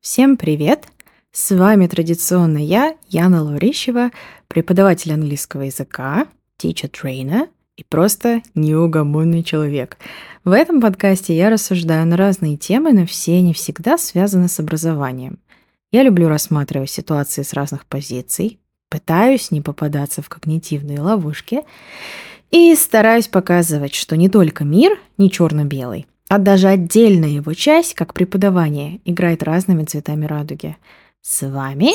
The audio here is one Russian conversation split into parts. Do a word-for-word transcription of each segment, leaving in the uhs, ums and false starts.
Всем привет! С вами традиционно я, Яна Лаврищева, преподаватель английского языка, teacher trainer и просто неугомонный человек. В этом подкасте я рассуждаю на разные темы, но все не всегда связаны с образованием. Я люблю рассматривать ситуации с разных позиций, пытаюсь не попадаться в когнитивные ловушки и стараюсь показывать, что не только мир не черно-белый, а даже отдельная его часть, как преподавание, играет разными цветами радуги. С вами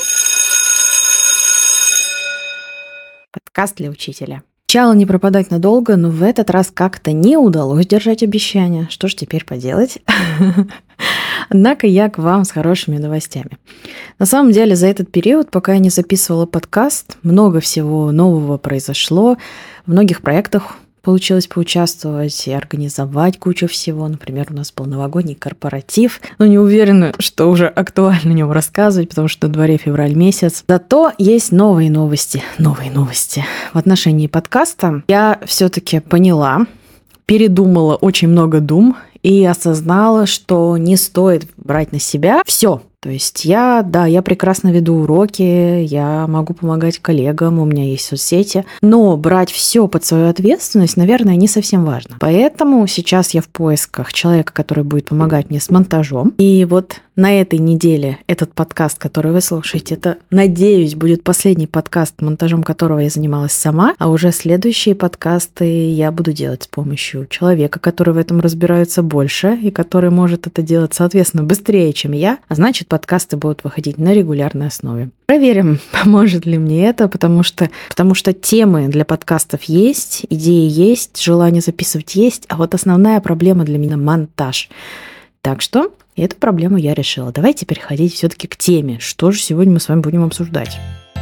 подкаст для учителя. Обещала не пропадать надолго, но в этот раз как-то не удалось держать обещания. Что ж теперь поделать? Однако я к вам с хорошими новостями. На самом деле, за этот период, пока я не записывала подкаст, много всего нового произошло. В многих проектах получилось поучаствовать и организовать кучу всего. Например, у нас был новогодний корпоратив. Но не уверена, что уже актуально о нем рассказывать, потому что на дворе февраль месяц. Зато есть новые новости. Новые новости. В отношении подкаста я все-таки поняла, передумала очень много дум и осознала, что не стоит брать на себя все. То есть я, да, я прекрасно веду уроки, я могу помогать коллегам, у меня есть соцсети, но брать все под свою ответственность, наверное, не совсем важно. Поэтому сейчас я в поисках человека, который будет помогать мне с монтажом. И вот на этой неделе этот подкаст, который вы слушаете, это, надеюсь, будет последний подкаст, монтажом которого я занималась сама, а уже следующие подкасты я буду делать с помощью человека, который в этом разбирается больше и который может это делать, соответственно, быстрее, чем я, а значит, подкасты будут выходить на регулярной основе. Проверим, поможет ли мне это, потому что, потому что темы для подкастов есть, идеи есть, желание записывать есть, а вот основная проблема для меня — монтаж. Так что эту проблему я решила. Давайте переходить все-таки к теме. Что же сегодня мы с вами будем обсуждать?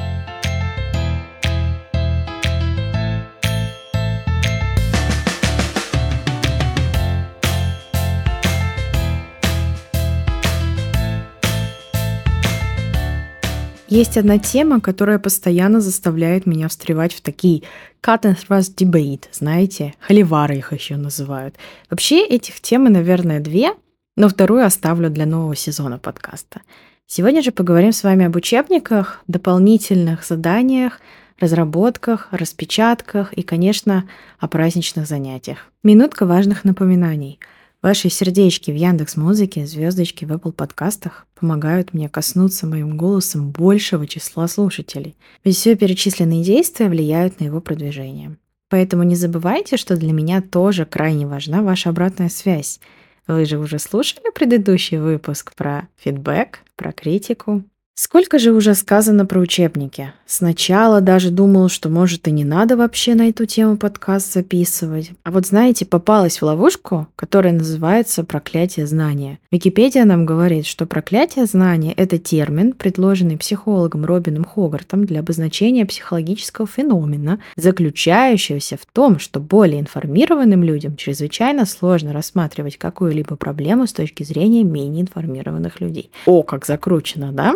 Есть одна тема, которая постоянно заставляет меня встревать в такие cut and thrust debate, знаете, холивары их еще называют. Вообще этих тем, наверное, две, но вторую оставлю для нового сезона подкаста. Сегодня же поговорим с вами об учебниках, дополнительных заданиях, разработках, распечатках и, конечно, о праздничных занятиях. Минутка важных напоминаний. Ваши сердечки в Яндекс.Музыке, звездочки в Apple подкастах помогают мне коснуться моим голосом большего числа слушателей. Ведь все перечисленные действия влияют на его продвижение. Поэтому не забывайте, что для меня тоже крайне важна ваша обратная связь. Вы же уже слушали предыдущий выпуск про фидбэк, про критику. Сколько же уже сказано про учебники? Сначала даже думала, что, может, и не надо вообще на эту тему подкаст записывать. А вот, знаете, попалась в ловушку, которая называется «проклятие знания». Википедия нам говорит, что проклятие знания — это термин, предложенный психологом Робином Хогартом для обозначения психологического феномена, заключающегося в том, что более информированным людям чрезвычайно сложно рассматривать какую-либо проблему с точки зрения менее информированных людей. О, как закручено, да?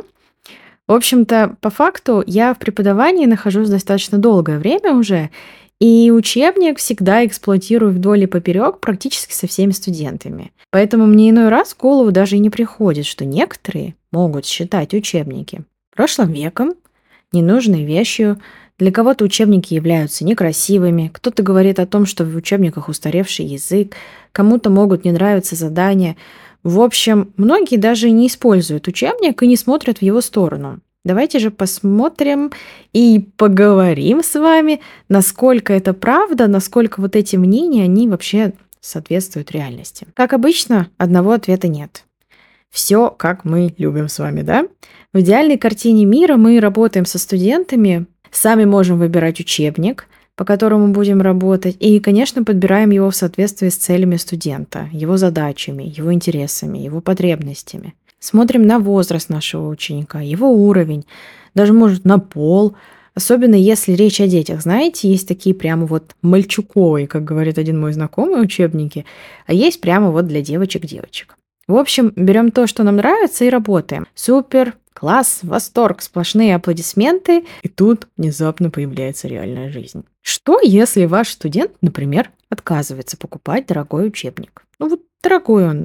В общем-то, по факту я в преподавании нахожусь достаточно долгое время уже, и учебник всегда эксплуатирую вдоль и поперек практически со всеми студентами. Поэтому мне иной раз в голову даже и не приходит, что некоторые могут считать учебники прошлым веком, ненужной вещью. Для кого-то учебники являются некрасивыми, кто-то говорит о том, что в учебниках устаревший язык, кому-то могут не нравиться задания. В общем, многие даже не используют учебник и не смотрят в его сторону. Давайте же посмотрим и поговорим с вами, насколько это правда, насколько вот эти мнения, они вообще соответствуют реальности. Как обычно, одного ответа нет. Все, как мы любим с вами, да? В идеальной картине мира мы работаем со студентами, сами можем выбирать учебник, по которому будем работать, и, конечно, подбираем его в соответствии с целями студента, его задачами, его интересами, его потребностями. Смотрим на возраст нашего ученика, его уровень, даже, может, на пол, особенно если речь о детях. Знаете, есть такие прямо вот мальчуковые, как говорит один мой знакомый, учебники, а есть прямо вот для девочек-девочек. В общем, берем то, что нам нравится, и работаем. Супер, класс, восторг, сплошные аплодисменты, и тут внезапно появляется реальная жизнь. Что, если ваш студент, например, отказывается покупать дорогой учебник? Ну вот дорогой он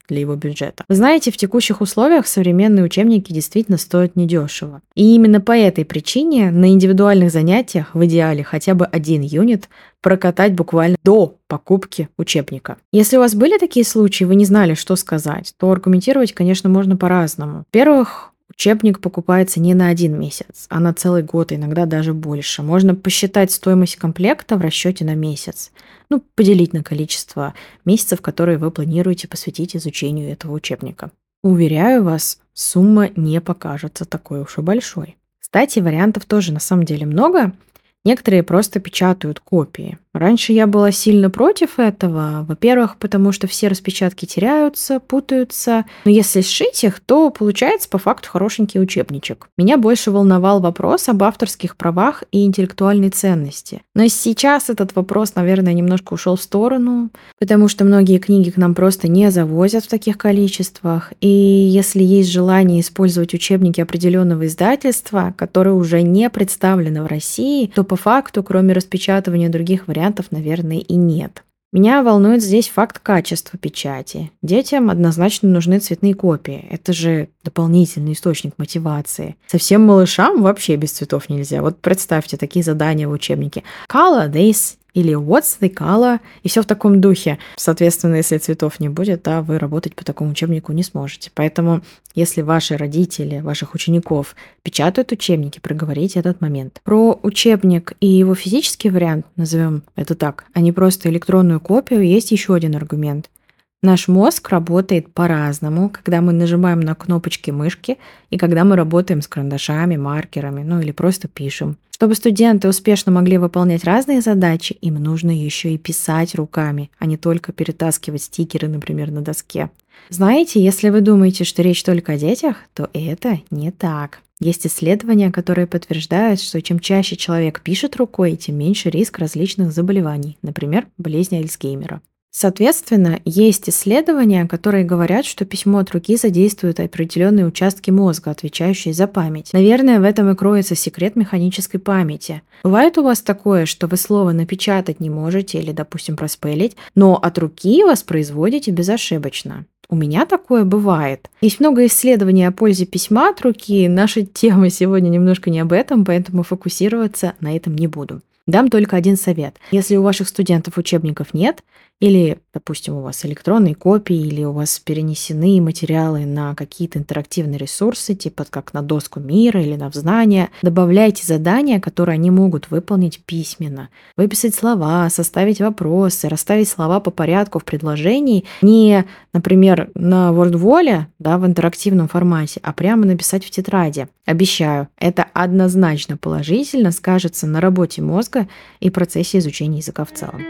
для его бюджета. Вы знаете, в текущих условиях современные учебники действительно стоят недешево. И именно по этой причине на индивидуальных занятиях в идеале хотя бы один юнит прокатать буквально до покупки учебника. Если у вас были такие случаи, вы не знали, что сказать, то аргументировать, конечно, можно по-разному. Во-первых, учебник покупается не на один месяц, а на целый год, иногда даже больше. Можно посчитать стоимость комплекта в расчете на месяц. Ну, поделить на количество месяцев, которые вы планируете посвятить изучению этого учебника. Уверяю вас, сумма не покажется такой уж и большой. Кстати, вариантов тоже на самом деле много. Некоторые просто печатают копии. Раньше я была сильно против этого. Во-первых, потому что все распечатки теряются, путаются. Но если сшить их, то получается по факту хорошенький учебничек. Меня больше волновал вопрос об авторских правах и интеллектуальной ценности. Но сейчас этот вопрос, наверное, немножко ушел в сторону, потому что многие книги к нам просто не завозят в таких количествах. И если есть желание использовать учебники определенного издательства, которые уже не представлены в России, то по факту, кроме распечатывания других вариантов, наверное, и нет. Меня волнует здесь факт качества печати. Детям однозначно нужны цветные копии. Это же дополнительный источник мотивации. Совсем малышам вообще без цветов нельзя. Вот представьте такие задания в учебнике. Color this или what's the color? И все в таком духе. Соответственно, если цветов не будет, да, вы работать по такому учебнику не сможете. Поэтому, если ваши родители, ваших учеников печатают учебники, проговорите этот момент. Про учебник и его физический вариант, назовем это так, а не просто электронную копию, есть еще один аргумент. Наш мозг работает по-разному, когда мы нажимаем на кнопочки мышки и когда мы работаем с карандашами, маркерами, ну или просто пишем. Чтобы студенты успешно могли выполнять разные задачи, им нужно еще и писать руками, а не только перетаскивать стикеры, например, на доске. Знаете, если вы думаете, что речь только о детях, то это не так. Есть исследования, которые подтверждают, что чем чаще человек пишет рукой, тем меньше риск различных заболеваний, например, болезни Альцгеймера. Соответственно, есть исследования, которые говорят, что письмо от руки задействует определенные участки мозга, отвечающие за память. Наверное, в этом и кроется секрет механической памяти. Бывает у вас такое, что вы слово напечатать не можете или, допустим, проспелить, но от руки воспроизводите безошибочно. У меня такое бывает. Есть много исследований о пользе письма от руки. Наша тема сегодня немножко не об этом, поэтому фокусироваться на этом не буду. Дам только один совет. Если у ваших студентов учебников нет, или, допустим, у вас электронные копии, или у вас перенесены материалы на какие-то интерактивные ресурсы, типа как на доску мира или на Взнания, добавляйте задания, которые они могут выполнить письменно. Выписать слова, составить вопросы, расставить слова по порядку в предложении, не, например, на WordWall, да, в интерактивном формате, а прямо написать в тетради. Обещаю, это однозначно положительно скажется на работе мозга и процессе изучения языка в целом.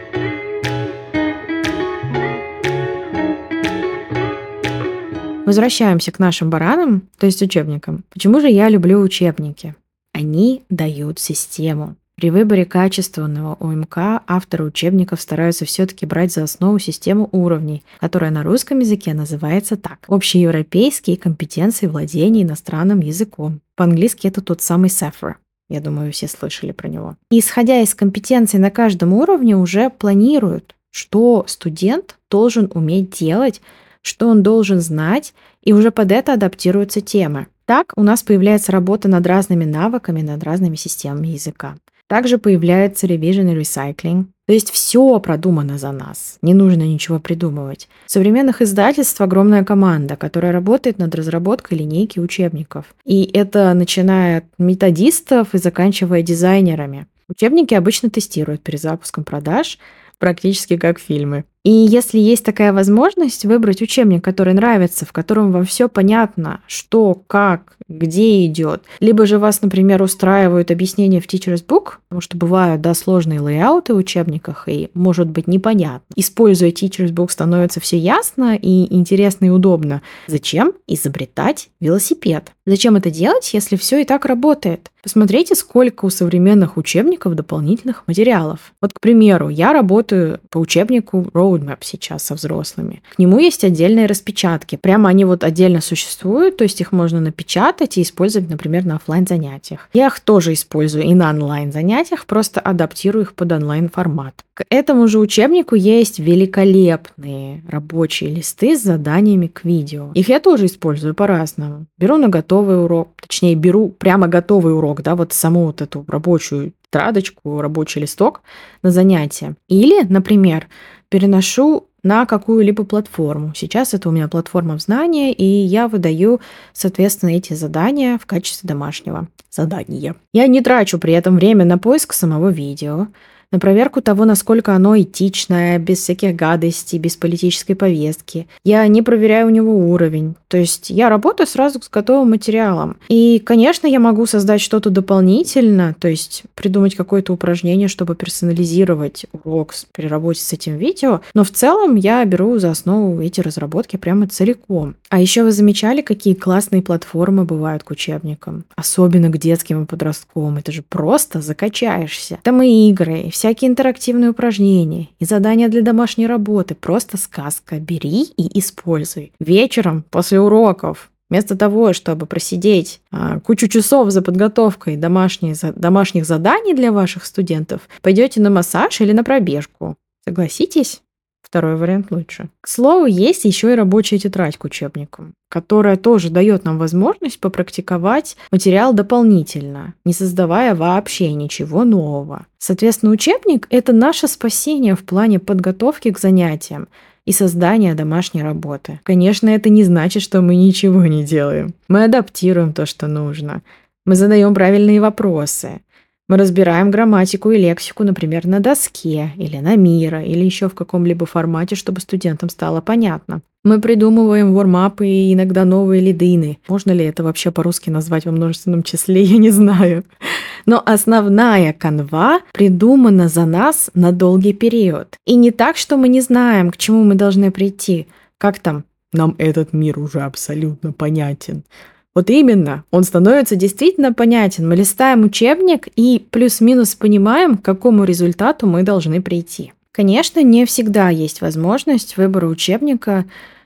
Возвращаемся к нашим баранам, то есть учебникам. Почему же я люблю учебники? Они дают систему. При выборе качественного о эм ка авторы учебников стараются все-таки брать за основу систему уровней, которая на русском языке называется так. Общеевропейские компетенции владения иностранным языком. По-английски это тот самый сефер. Я думаю, все слышали про него. И исходя из компетенций на каждом уровне уже планируют, что студент должен уметь делать, что он должен знать, и уже под это адаптируются темы. Так у нас появляется работа над разными навыками, над разными системами языка. Также появляется revision и recycling. То есть все продумано за нас, не нужно ничего придумывать. В современных издательствах огромная команда, которая работает над разработкой линейки учебников. И это начиная от методистов и заканчивая дизайнерами. Учебники обычно тестируют перед запуском продаж, практически как фильмы. И если есть такая возможность выбрать учебник, который нравится, в котором вам все понятно, что, как, где идет, либо же вас, например, устраивают объяснения в Teacher's Book, потому что бывают, да, сложные лейауты в учебниках, и может быть непонятно. Используя Teacher's Book, становится все ясно и интересно и удобно. Зачем изобретать велосипед? Зачем это делать, если все и так работает? Посмотрите, сколько у современных учебников дополнительных материалов. Вот, к примеру, я работаю по учебнику Roll roadmap сейчас со взрослыми. К нему есть отдельные распечатки. Прямо они вот отдельно существуют, то есть их можно напечатать и использовать, например, на офлайн-занятиях. Я их тоже использую и на онлайн-занятиях, просто адаптирую их под онлайн-формат. К этому же учебнику есть великолепные рабочие листы с заданиями к видео. Их я тоже использую по-разному. Беру на готовый урок, точнее, беру прямо готовый урок, да, вот саму вот эту рабочую тетрадочку, рабочий листок на занятие. Или, например, переношу на какую-либо платформу. Сейчас это у меня платформа в знания, и я выдаю, соответственно, эти задания в качестве домашнего задания. Я не трачу при этом время на поиск самого видео, на проверку того, насколько оно этичное, без всяких гадостей, без политической повестки. Я не проверяю у него уровень. То есть я работаю сразу с готовым материалом. И, конечно, я могу создать что-то дополнительно, то есть придумать какое-то упражнение, чтобы персонализировать урок при работе с этим видео. Но в целом я беру за основу эти разработки прямо целиком. А еще вы замечали, какие классные платформы бывают к учебникам? Особенно к детским и подростковым. Это же просто закачаешься. Там и игры, и всякие интерактивные упражнения, и задания для домашней работы. Просто сказка. Бери и используй. Вечером, после уроков, вместо того, чтобы просидеть а, кучу часов за подготовкой домашних, за, домашних заданий для ваших студентов, пойдете на массаж или на пробежку. Согласитесь? Второй вариант лучше. К слову, есть еще и рабочая тетрадь к учебникам, которая тоже дает нам возможность попрактиковать материал дополнительно, не создавая вообще ничего нового. Соответственно, учебник – это наше спасение в плане подготовки к занятиям и создания домашней работы. Конечно, это не значит, что мы ничего не делаем. Мы адаптируем то, что нужно. Мы задаем правильные вопросы. Мы разбираем грамматику и лексику, например, на доске или на Мира, или еще в каком-либо формате, чтобы студентам стало понятно. Мы придумываем вормапы и иногда новые лидины. Можно ли это вообще по-русски назвать во множественном числе, я не знаю. Но основная канва придумана за нас на долгий период. И не так, что мы не знаем, к чему мы должны прийти. Как там? Нам этот мир уже абсолютно понятен. Вот именно, он становится действительно понятен. Мы листаем учебник и плюс-минус понимаем, к какому результату мы должны прийти. Конечно, не всегда есть возможность выбора учебника,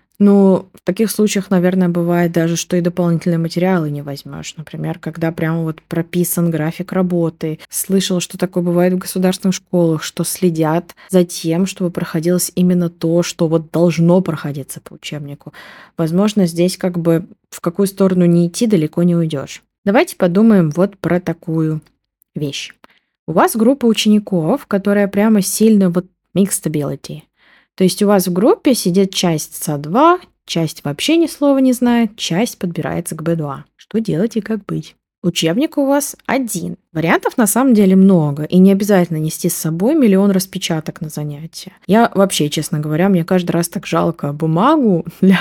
но в таких случаях, наверное, бывает даже, что и дополнительные материалы не возьмешь. Например, когда прямо вот прописан график работы. Слышала, что такое бывает в государственных школах, что следят за тем, чтобы проходилось именно то, что вот должно проходиться по учебнику. Возможно, здесь как бы в какую сторону не идти, далеко не уйдешь. Давайте подумаем вот про такую вещь. У вас группа учеников, которая прямо сильно вот mixed ability. То есть у вас в группе сидит часть эс а два, часть вообще ни слова не знает, часть подбирается к бэ два. Что делать и как быть? Учебник у вас один. Вариантов на самом деле много, и не обязательно нести с собой миллион распечаток на занятия. Я вообще, честно говоря, мне каждый раз так жалко бумагу для,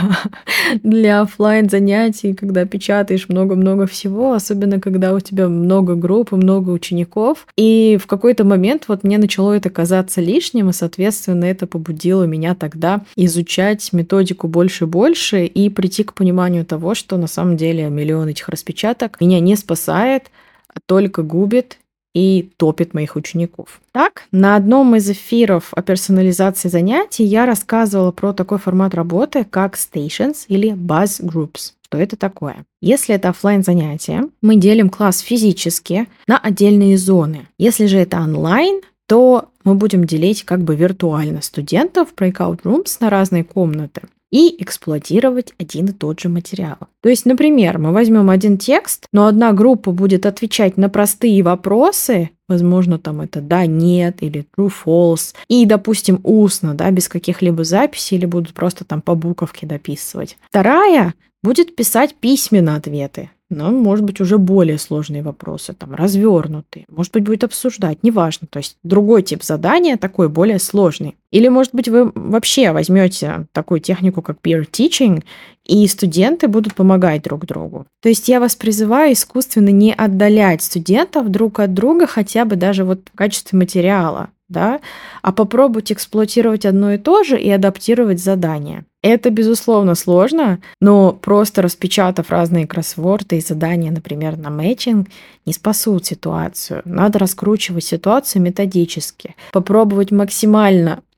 для офлайн занятий, когда печатаешь много-много всего, особенно когда у тебя много групп и много учеников. И в какой-то момент вот мне начало это казаться лишним, и, соответственно, это побудило меня тогда изучать методику больше и больше и прийти к пониманию того, что на самом деле миллион этих распечаток меня не спасает, а только губит и топит моих учеников. Так, на одном из эфиров о персонализации занятий я рассказывала про такой формат работы, как Stations или Buzz Groups. Что это такое? Если это офлайн занятие, мы делим класс физически на отдельные зоны. Если же это онлайн, то мы будем делить как бы виртуально студентов в breakout rooms на разные комнаты и эксплуатировать один и тот же материал. То есть, например, мы возьмем один текст, но одна группа будет отвечать на простые вопросы, возможно, там это да, нет или true, false, и, допустим, устно, да, без каких-либо записей, или будут просто там по буковке дописывать. Вторая будет писать письменно ответы, но, может быть, уже более сложные вопросы, там, развернутые, может быть, будет обсуждать, неважно, то есть другой тип задания, такой более сложный. Или, может быть, вы вообще возьмете такую технику, как peer teaching, и студенты будут помогать друг другу. То есть я вас призываю искусственно не отдалять студентов друг от друга хотя бы даже вот в качестве материала, да, а попробовать эксплуатировать одно и то же и адаптировать задания. Это, безусловно, сложно, но просто распечатав разные кроссворды и задания, например, на мэтчинг, не спасут ситуацию. Надо раскручивать ситуацию методически, попробовать максимально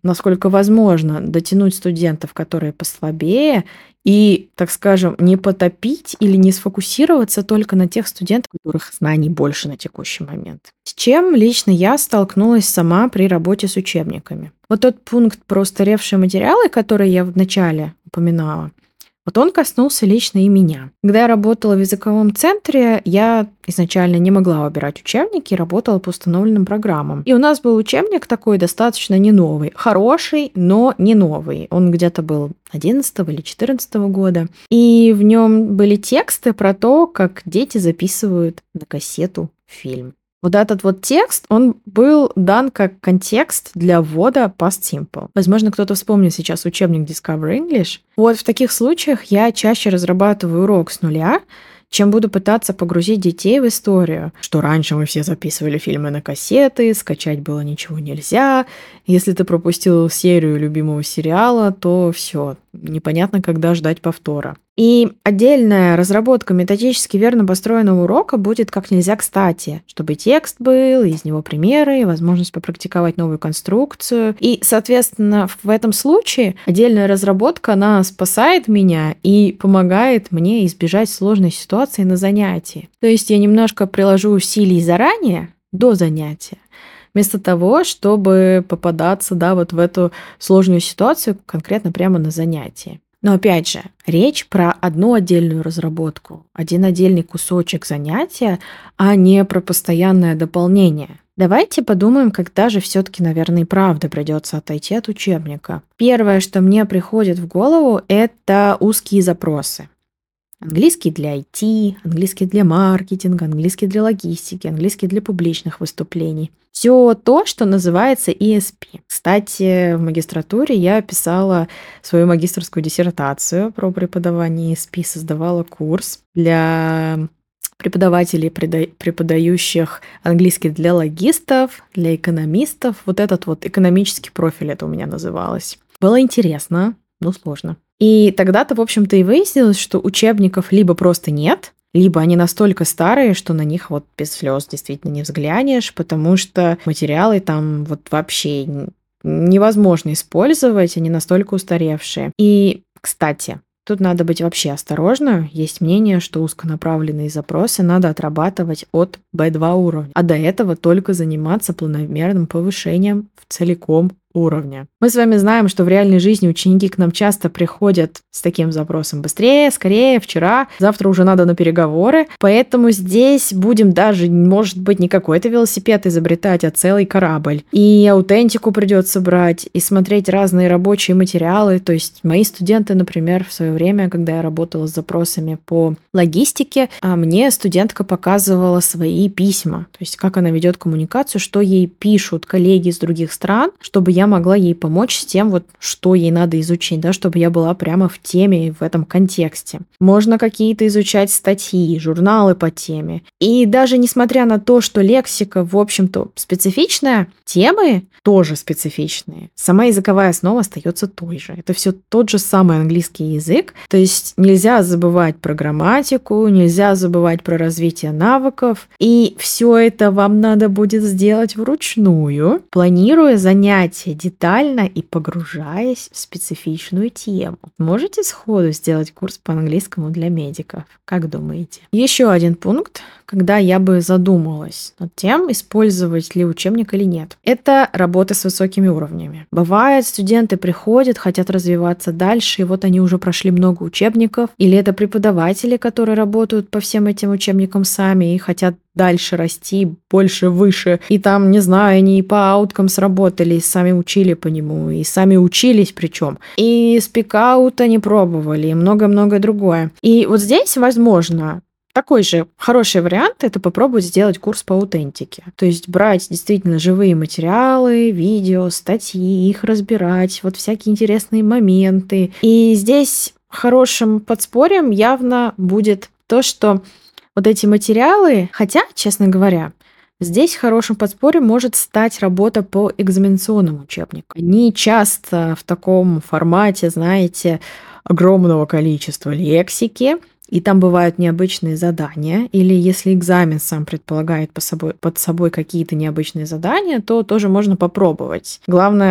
насколько возможно, дотянуть студентов, которые послабее, и, так скажем, не потопить или не сфокусироваться только на тех студентах, у которых знаний больше на текущий момент. С чем лично я столкнулась сама при работе с учебниками? Вот тот пункт про устаревшие материалы, который я в начале упоминала, вот он коснулся лично и меня. Когда я работала в языковом центре, я изначально не могла выбирать учебники, работала по установленным программам. И у нас был учебник такой достаточно не новый. Хороший, но не новый. Он где-то был одиннадцатого или четырнадцатого года. И в нем были тексты про то, как дети записывают на кассету фильм. Вот этот вот текст, он был дан как контекст для ввода past simple. Возможно, кто-то вспомнит сейчас учебник Discover English. Вот в таких случаях я чаще разрабатываю урок с нуля, чем буду пытаться погрузить детей в историю, что раньше мы все записывали фильмы на кассеты, скачать было ничего нельзя. Если ты пропустил серию любимого сериала, то все, непонятно, когда ждать повтора. И отдельная разработка методически верно построенного урока будет как нельзя кстати, чтобы текст был, из него примеры, возможность попрактиковать новую конструкцию. И, соответственно, в этом случае отдельная разработка, она спасает меня и помогает мне избежать сложной ситуации на занятии. То есть я немножко приложу усилий заранее, до занятия, вместо того, чтобы попадаться, да, вот в эту сложную ситуацию конкретно прямо на занятии. Но опять же, речь про одну отдельную разработку, один отдельный кусочек занятия, а не про постоянное дополнение. Давайте подумаем, когда же все-таки, наверное, и правда придется отойти от учебника. Первое, что мне приходит в голову, это узкие запросы. Английский для ай ти, английский для маркетинга, английский для логистики, английский для публичных выступлений. Все то, что называется и эс пи. Кстати, в магистратуре я писала свою магистерскую диссертацию про преподавание и эс пи, создавала курс для преподавателей, преподающих английский для логистов, для экономистов. Вот этот вот экономический профиль это у меня называлось. Было интересно, но сложно. И тогда-то, в общем-то, и выяснилось, что учебников либо просто нет, либо они настолько старые, что на них вот без слез действительно не взглянешь, потому что материалы там вот вообще невозможно использовать, они настолько устаревшие. И, кстати, тут надо быть вообще осторожным. Есть мнение, что узконаправленные запросы надо отрабатывать от би два уровня, а до этого только заниматься планомерным повышением в целиком уровня. Мы с вами знаем, что в реальной жизни ученики к нам часто приходят с таким запросом: быстрее, скорее, вчера, завтра уже надо на переговоры. Поэтому здесь будем даже, может быть, не какой-то велосипед изобретать, а целый корабль. И аутентику придется брать, и смотреть разные рабочие материалы. То есть мои студенты, например, в свое время, когда я работала с запросами по логистике, мне студентка показывала свои письма. То есть как она ведет коммуникацию, что ей пишут коллеги из других стран, чтобы я могла ей помочь с тем, вот, что ей надо изучить, да, чтобы я была прямо в теме и в этом контексте. Можно какие-то изучать статьи, журналы по теме. И даже несмотря на то, что лексика, в общем-то, специфичная, темы тоже специфичные. Сама языковая основа остается той же. Это все тот же самый английский язык. То есть нельзя забывать про грамматику, нельзя забывать про развитие навыков. И все это вам надо будет сделать вручную, планируя занятия детально и погружаясь в специфичную тему. Можете сходу сделать курс по английскому для медиков? Как думаете? Еще один пункт, когда я бы задумалась над тем, использовать ли учебник или нет. Это работа с высокими уровнями. Бывает, студенты приходят, хотят развиваться дальше, и вот они уже прошли много учебников, или это преподаватели, которые работают по всем этим учебникам сами и хотят дальше расти, больше, выше. И там, не знаю, они и по ауткам сработали, и сами учили по нему, и сами учились причем. И спик-аут они пробовали, и много-многое другое. И вот здесь, возможно, такой же хороший вариант — это попробовать сделать курс по аутентике. То есть брать действительно живые материалы, видео, статьи, их разбирать, вот всякие интересные моменты. И здесь хорошим подспорьем явно будет то, что вот эти материалы, хотя, честно говоря, здесь хорошим подспорьем может стать работа по экзаменационному учебнику. Они часто в таком формате, знаете, огромного количества лексики, и там бывают необычные задания, или если экзамен сам предполагает по собой, под собой какие-то необычные задания, то тоже можно попробовать. Главное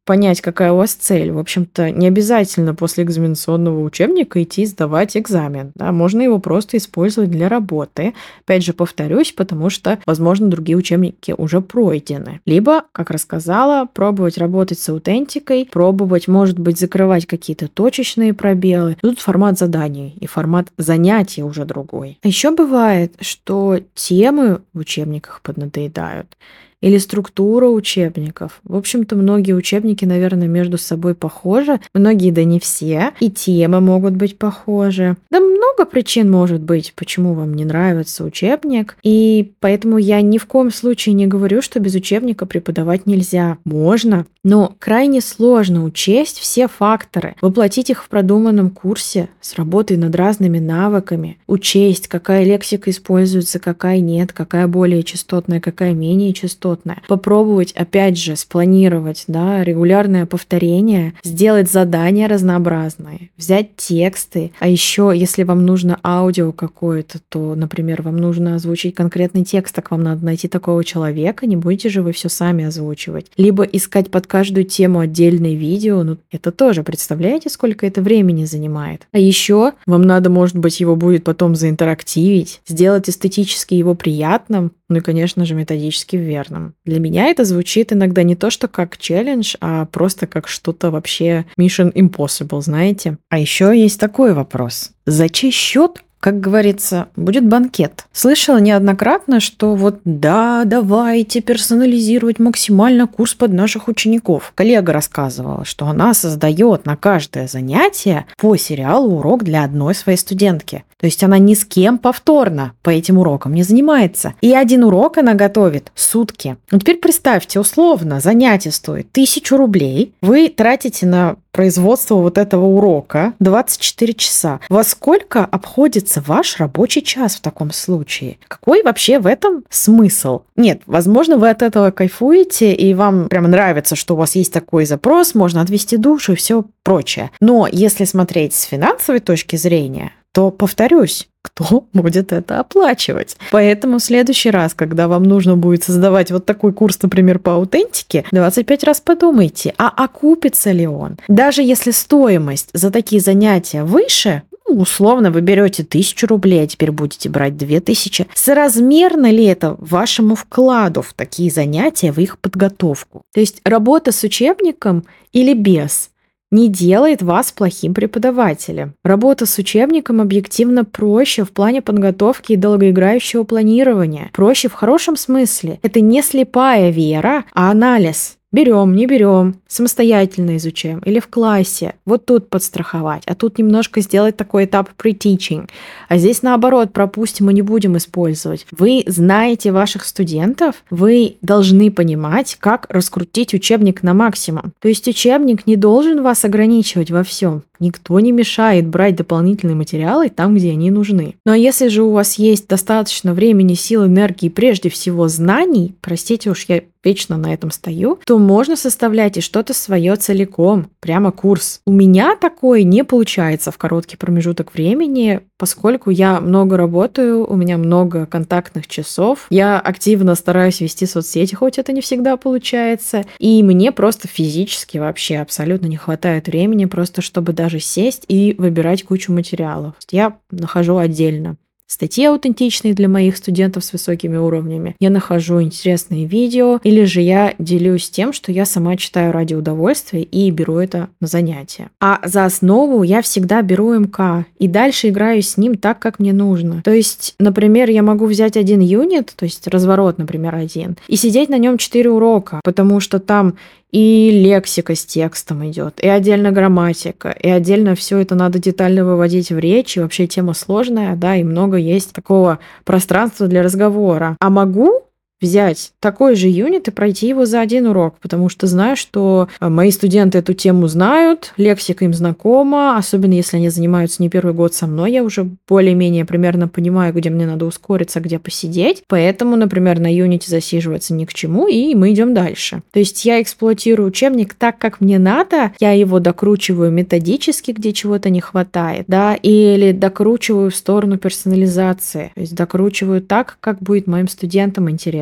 понять, какая у вас цель. В общем-то, не обязательно после экзаменационного учебника идти сдавать экзамен. Да? Можно его просто использовать для работы. Опять же, повторюсь, потому что, возможно, другие учебники уже пройдены. Либо, как рассказала, пробовать работать с аутентикой, пробовать, может быть, закрывать какие-то точечные пробелы. Тут формат заданий и формат занятий уже другой. А еще бывает, что темы в учебниках поднадоедают. Или структура учебников. В общем-то, многие учебники, наверное, между собой похожи. Многие, да не все. И темы могут быть похожи. Да много причин может быть, почему вам не нравится учебник. И поэтому я ни в коем случае не говорю, что без учебника преподавать нельзя. Можно, но крайне сложно учесть все факторы, воплотить их в продуманном курсе с работой над разными навыками, учесть, какая лексика используется, какая нет, какая более частотная, какая менее частотная. Попробовать, опять же, спланировать, да, регулярное повторение, сделать задания разнообразные, взять тексты. А еще, если вам нужно аудио какое-то, то, например, вам нужно озвучить конкретный текст, так вам надо найти такого человека, не будете же вы все сами озвучивать. Либо искать под каждую тему отдельное видео, ну это тоже, представляете, сколько это времени занимает. А еще вам надо, может быть, его будет потом заинтерактивить, сделать эстетически его приятным, ну и, конечно же, методически верным. Для меня это звучит иногда не то, что как челлендж, а просто как что-то вообще Mission Impossible, знаете. А еще есть такой вопрос. За чей счет, как говорится, будет банкет? Слышала неоднократно, что вот да, давайте персонализировать максимально курс под наших учеников. Коллега рассказывала, что она создает на каждое занятие по сериалу урок для одной своей студентки. То есть она ни с кем повторно по этим урокам не занимается. И один урок она готовит сутки. Ну теперь представьте, условно, занятие стоит тысячу рублей. Вы тратите на производство вот этого урока двадцать четыре часа. Во сколько обходится ваш рабочий час в таком случае? Какой вообще в этом смысл? Нет, возможно, вы от этого кайфуете, и вам прямо нравится, что у вас есть такой запрос, можно отвести душу и все прочее. Но если смотреть с финансовой точки зрения, то, повторюсь, кто будет это оплачивать? Поэтому в следующий раз, когда вам нужно будет создавать вот такой курс, например, по аутентике, двадцать пять раз подумайте, а окупится ли он? Даже если стоимость за такие занятия выше, ну, условно, вы берете тысячу рублей, а теперь будете брать две тысячи, соразмерно ли это вашему вкладу в такие занятия, в их подготовку? То есть работа с учебником или без не делает вас плохим преподавателем. Работа с учебником объективно проще в плане подготовки и долгоиграющего планирования. Проще в хорошем смысле. Это не слепая вера, а анализ. Берем, не берем, самостоятельно изучаем или в классе. Вот тут подстраховать, а тут немножко сделать такой этап pre-teaching. А здесь наоборот, пропустим и не будем использовать. Вы знаете ваших студентов, вы должны понимать, как раскрутить учебник на максимум. То есть учебник не должен вас ограничивать во всем. Никто не мешает брать дополнительные материалы там, где они нужны. Ну а если же у вас есть достаточно времени, сил, энергии, прежде всего знаний, простите уж, я вечно на этом стою, то можно составлять и что-то свое целиком, прямо курс. У меня такое не получается в короткий промежуток времени, поскольку я много работаю, у меня много контактных часов, я активно стараюсь вести соцсети, хоть это не всегда получается, и мне просто физически вообще абсолютно не хватает времени просто, чтобы даже сесть и выбирать кучу материалов. Я нахожу отдельно статьи аутентичные для моих студентов с высокими уровнями. Я нахожу интересные видео, или же я делюсь тем, что я сама читаю ради удовольствия и беру это на занятия. А за основу я всегда беру эм ка и дальше играю с ним так, как мне нужно. То есть, например, я могу взять один юнит, то есть разворот, например, один, и сидеть на нем четыре урока, потому что там и лексика с текстом идет, и отдельно грамматика, и отдельно все это надо детально выводить в речь, и вообще тема сложная, да, и много есть такого пространства для разговора. А могу взять такой же юнит и пройти его за один урок, потому что знаю, что мои студенты эту тему знают, лексика им знакома, особенно если они занимаются не первый год со мной, я уже более-менее примерно понимаю, где мне надо ускориться, где посидеть, поэтому, например, на юните засиживаться ни к чему, и мы идем дальше. То есть я эксплуатирую учебник так, как мне надо, я его докручиваю методически, где чего-то не хватает, да, или докручиваю в сторону персонализации, то есть докручиваю так, как будет моим студентам интересно.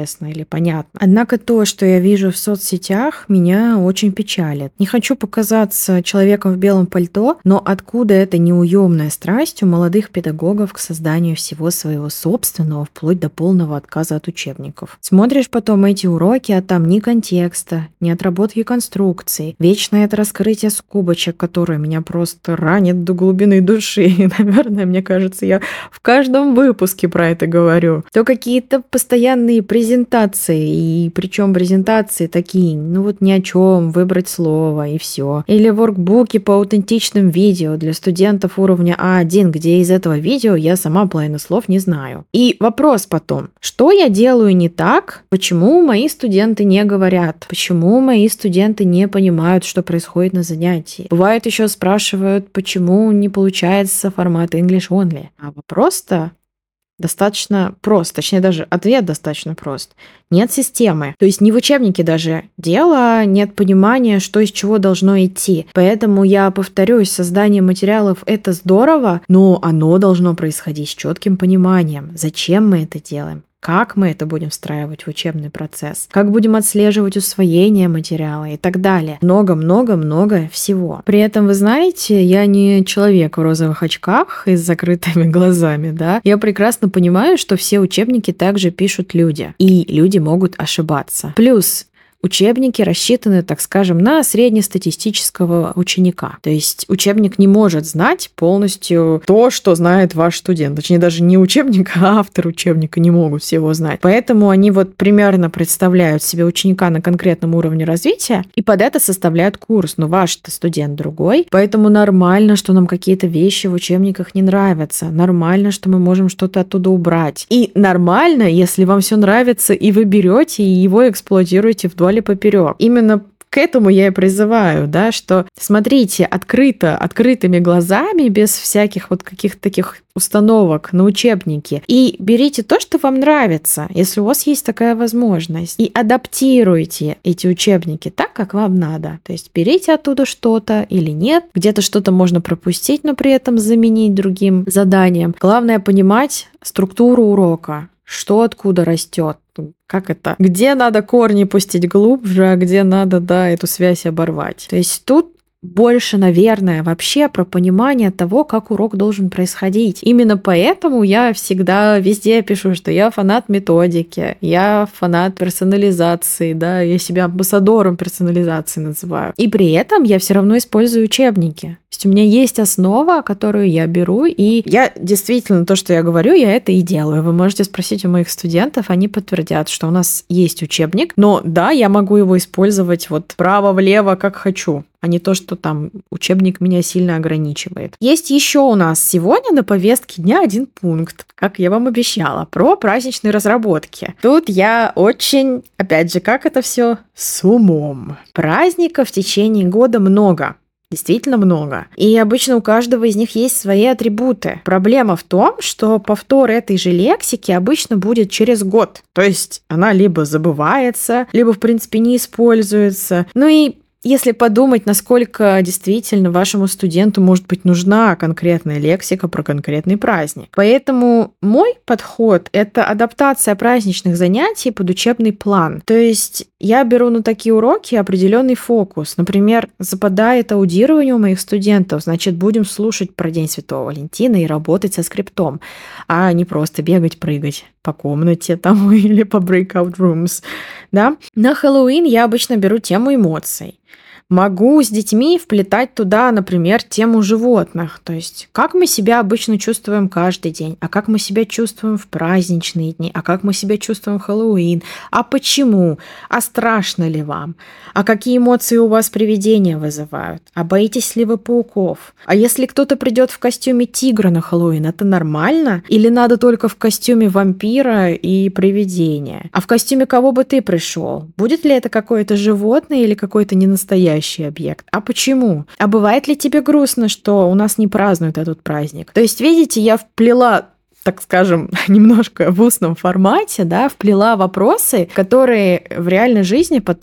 интересно или понятно. Однако то, что я вижу в соцсетях, меня очень печалит. Не хочу показаться человеком в белом пальто, но откуда эта неуемная страсть у молодых педагогов к созданию всего своего собственного, вплоть до полного отказа от учебников? Смотришь потом эти уроки, а там ни контекста, ни отработки конструкций. Вечно это раскрытие скобочек, которое меня просто ранит до глубины души. И, наверное, мне кажется, я в каждом выпуске про это говорю. То какие-то постоянные презентации, и причем презентации такие, ну вот ни о чем, выбрать слово и все. Или воркбуки по аутентичным видео для студентов уровня А один, где из этого видео я сама половину слов не знаю. И вопрос потом, что я делаю не так? Почему мои студенты не говорят? Почему мои студенты не понимают, что происходит на занятии? Бывает еще спрашивают, почему не получается формат English Only. А вопрос-то достаточно прост, точнее даже ответ достаточно прост. Нет системы. То есть не в учебнике даже дело, нет понимания, что из чего должно идти. Поэтому я повторюсь, создание материалов — это здорово, но оно должно происходить с четким пониманием, зачем мы это делаем. Как мы это будем встраивать в учебный процесс, как будем отслеживать усвоение материала и так далее. Много-много-много всего. При этом, вы знаете, я не человек в розовых очках и с закрытыми глазами, да. Я прекрасно понимаю, что все учебники также пишут люди, и люди могут ошибаться. Плюс учебники рассчитаны, так скажем, на среднестатистического ученика. То есть учебник не может знать полностью то, что знает ваш студент. Точнее, даже не учебник, а автор учебника не могут всего знать. Поэтому они вот примерно представляют себе ученика на конкретном уровне развития и под это составляют курс. Но ваш-то студент другой, поэтому нормально, что нам какие-то вещи в учебниках не нравятся. Нормально, что мы можем что-то оттуда убрать. И нормально, если вам все нравится, и вы берете и его эксплуатируете вдоль и поперек. Именно к этому я и призываю, да, что смотрите открыто, открытыми глазами, без всяких вот каких-то таких установок на учебники, и берите то, что вам нравится, если у вас есть такая возможность, и адаптируйте эти учебники так, как вам надо. То есть берите оттуда что-то или нет, где-то что-то можно пропустить, но при этом заменить другим заданием. Главное понимать структуру урока, что откуда растет. Как это? Где надо корни пустить глубже, а где надо, да, эту связь оборвать. То есть тут больше, наверное, вообще про понимание того, как урок должен происходить. Именно поэтому я всегда везде пишу, что я фанат методики, я фанат персонализации, да, я себя амбассадором персонализации называю. И при этом я все равно использую учебники. То есть у меня есть основа, которую я беру, и я действительно то, что я говорю, я это и делаю. Вы можете спросить у моих студентов, они подтвердят, что у нас есть учебник, но да, я могу его использовать вот вправо-влево, как хочу, а не то, что там учебник меня сильно ограничивает. Есть еще у нас сегодня на повестке дня один пункт, как я вам обещала, про праздничные разработки. Тут я очень, опять же, как это все с умом. Праздников в течение года много. Действительно много. И обычно у каждого из них есть свои атрибуты. Проблема в том, что повтор этой же лексики обычно будет через год. То есть она либо забывается, либо, в принципе, не используется. Ну и если подумать, насколько действительно вашему студенту может быть нужна конкретная лексика про конкретный праздник. Поэтому мой подход — это адаптация праздничных занятий под учебный план. То есть я беру на такие уроки определенный фокус. Например, западает аудирование у моих студентов, значит, будем слушать про День Святого Валентина и работать со скриптом, а не просто бегать, прыгать по комнате там или по breakout rooms. Да? На Хэллоуин я обычно беру тему эмоций. Могу с детьми вплетать туда, например, тему животных. То есть, как мы себя обычно чувствуем каждый день, а как мы себя чувствуем в праздничные дни, а как мы себя чувствуем в Хэллоуин, а почему, а страшно ли вам, а какие эмоции у вас привидения вызывают, а боитесь ли вы пауков, а если кто-то придет в костюме тигра на Хэллоуин, это нормально? Или надо только в костюме вампира и привидения? А в костюме кого бы ты пришел? Будет ли это какое-то животное или какой-то ненастоящий объект? А почему? А бывает ли тебе грустно, что у нас не празднуют этот праздник? То есть, видите, я вплела, так скажем, немножко в устном формате, да, вплела вопросы, которые в реальной жизни потом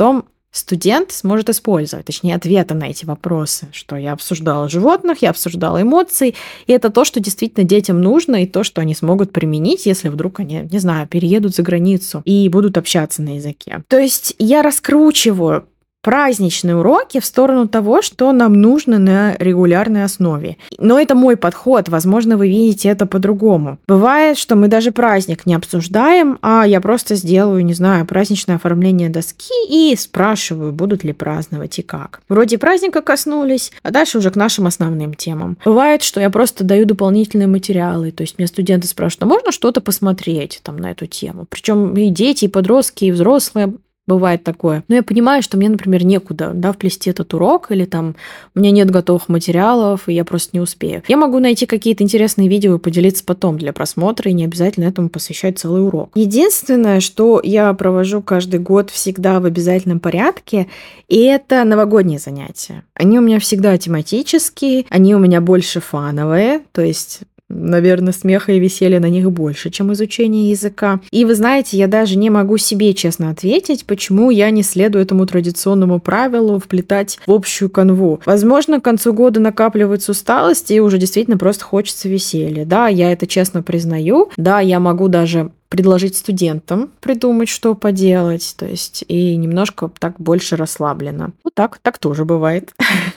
студент сможет использовать, точнее, ответы на эти вопросы, что я обсуждала животных, я обсуждала эмоции, и это то, что действительно детям нужно, и то, что они смогут применить, если вдруг они, не знаю, переедут за границу и будут общаться на языке. То есть я раскручиваю праздничные уроки в сторону того, что нам нужно на регулярной основе. Но это мой подход, возможно, вы видите это по-другому. Бывает, что мы даже праздник не обсуждаем, а я просто сделаю, не знаю, праздничное оформление доски и спрашиваю, будут ли праздновать и как. Вроде праздника коснулись, а дальше уже к нашим основным темам. Бывает, что я просто даю дополнительные материалы, то есть мне студенты спрашивают, а можно что-то посмотреть там на эту тему? Причем и дети, и подростки, и взрослые. Бывает такое. Но я понимаю, что мне, например, некуда, да, вплести этот урок, или там у меня нет готовых материалов, и я просто не успею. Я могу найти какие-то интересные видео и поделиться потом для просмотра, и не обязательно этому посвящать целый урок. Единственное, что я провожу каждый год всегда в обязательном порядке, и это новогодние занятия. Они у меня всегда тематические, они у меня больше фановые, то есть... Наверное, смеха и веселья на них больше, чем изучение языка. И вы знаете, я даже не могу себе честно ответить, почему я не следую этому традиционному правилу вплетать в общую канву. Возможно, к концу года накапливается усталость, и уже действительно просто хочется веселья. Да, я это честно признаю. Да, я могу даже предложить студентам придумать, что поделать, то есть и немножко так больше расслабленно. Вот так, так тоже бывает.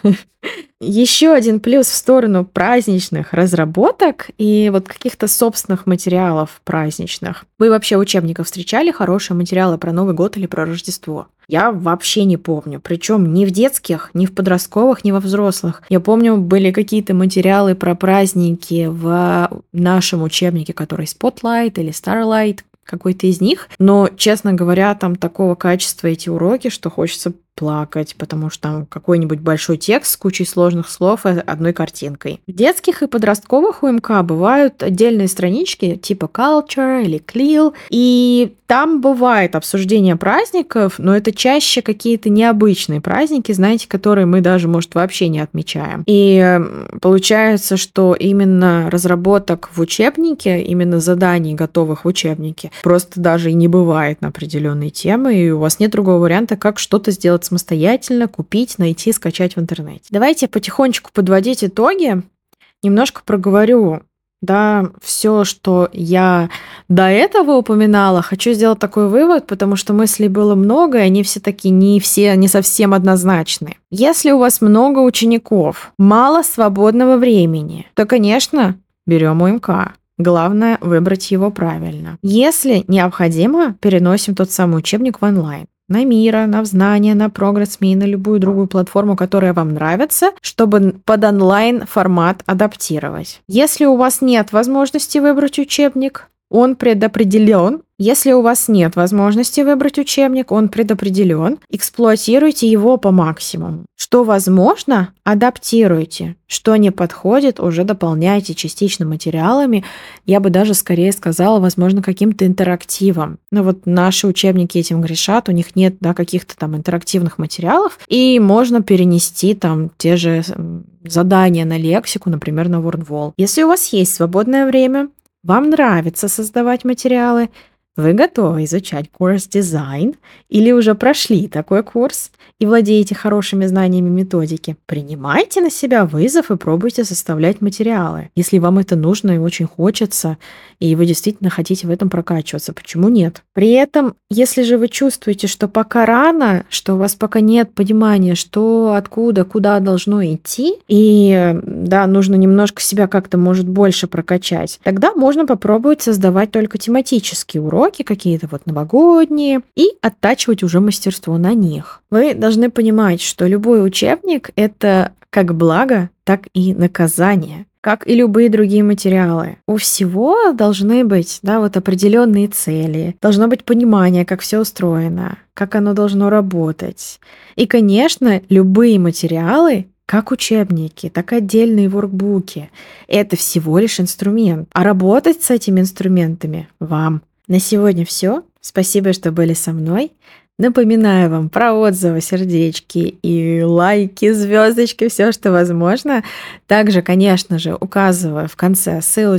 Еще один плюс в сторону праздничных разработок и вот каких-то собственных материалов праздничных. Вы вообще в учебниках встречали хорошие материалы про Новый год или про Рождество? Я вообще не помню. Причем ни в детских, ни в подростковых, ни во взрослых. Я помню, были какие-то материалы про праздники в нашем учебнике, который Spotlight или Starlight, какой-то из них. Но, честно говоря, там такого качества эти уроки, что хочется плакать, потому что там какой-нибудь большой текст с кучей сложных слов и одной картинкой. В детских и подростковых У Эм Ка бывают отдельные странички типа Culture или Клил, и там бывает обсуждение праздников, но это чаще какие-то необычные праздники, знаете, которые мы даже, может, вообще не отмечаем. И получается, что именно разработок в учебнике, именно заданий, готовых в учебнике, просто даже и не бывает на определенные темы, и у вас нет другого варианта, как что-то сделать самостоятельно, купить, найти, скачать в интернете. Давайте потихонечку подводить итоги. Немножко проговорю, да, все, что я до этого упоминала. Хочу сделать такой вывод, потому что мыслей было много, и они все таки не все, не совсем однозначны. Если у вас много учеников, мало свободного времени, то, конечно, берем У Эм Ка. Главное выбрать его правильно. Если необходимо, переносим тот самый учебник в онлайн. На Мира, на Взнания, на Progress.me, на любую другую платформу, которая вам нравится, чтобы под онлайн формат адаптировать. Если у вас нет возможности выбрать учебник, он предопределен. Если у вас нет возможности выбрать учебник, он предопределен. Эксплуатируйте его по максимуму. Что возможно, адаптируйте. Что не подходит, уже дополняйте частично материалами. Я бы даже скорее сказала, возможно, каким-то интерактивом. Ну вот наши учебники этим грешат, у них нет, да, каких-то там интерактивных материалов, и можно перенести там те же задания на лексику, например, на WordWall. Если у вас есть свободное время, вам нравится создавать материалы, вы готовы изучать курс дизайн или уже прошли такой курс и владеете хорошими знаниями методики, принимайте на себя вызов и пробуйте составлять материалы. Если вам это нужно и очень хочется, и вы действительно хотите в этом прокачиваться, почему нет? При этом, если же вы чувствуете, что пока рано, что у вас пока нет понимания, что, откуда, куда должно идти, и да, нужно немножко себя как-то, может, больше прокачать, тогда можно попробовать создавать только тематические уроки, какие-то вот новогодние, и оттачивать уже мастерство на них. Вы должны понимать, что любой учебник — это как благо, так и наказание, как и любые другие материалы. У всего должны быть, да, вот определенные цели, должно быть понимание, как все устроено, как оно должно работать. И, конечно, любые материалы, как учебники, так и отдельные воркбуки, это всего лишь инструмент. А работать с этими инструментами вам. На сегодня все. Спасибо, что были со мной. Напоминаю вам про отзывы, сердечки и лайки, звездочки, все, что возможно. Также, конечно же, указываю в конце ссылочку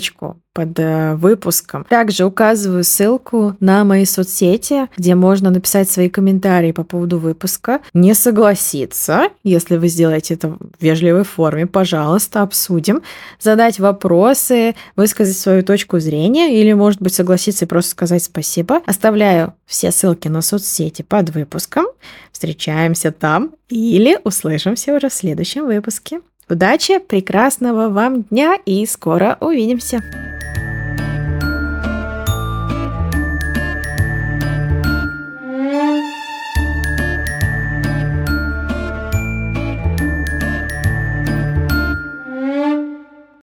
под э, выпуском. Также указываю ссылку на мои соцсети, где можно написать свои комментарии по поводу выпуска, не согласиться, если вы сделаете это в вежливой форме, пожалуйста, обсудим, задать вопросы, высказать свою точку зрения или, может быть, согласиться и просто сказать спасибо. Оставляю все ссылки на соцсети под выпуском. Встречаемся там или услышимся уже в следующем выпуске. Удачи, прекрасного вам дня и скоро увидимся!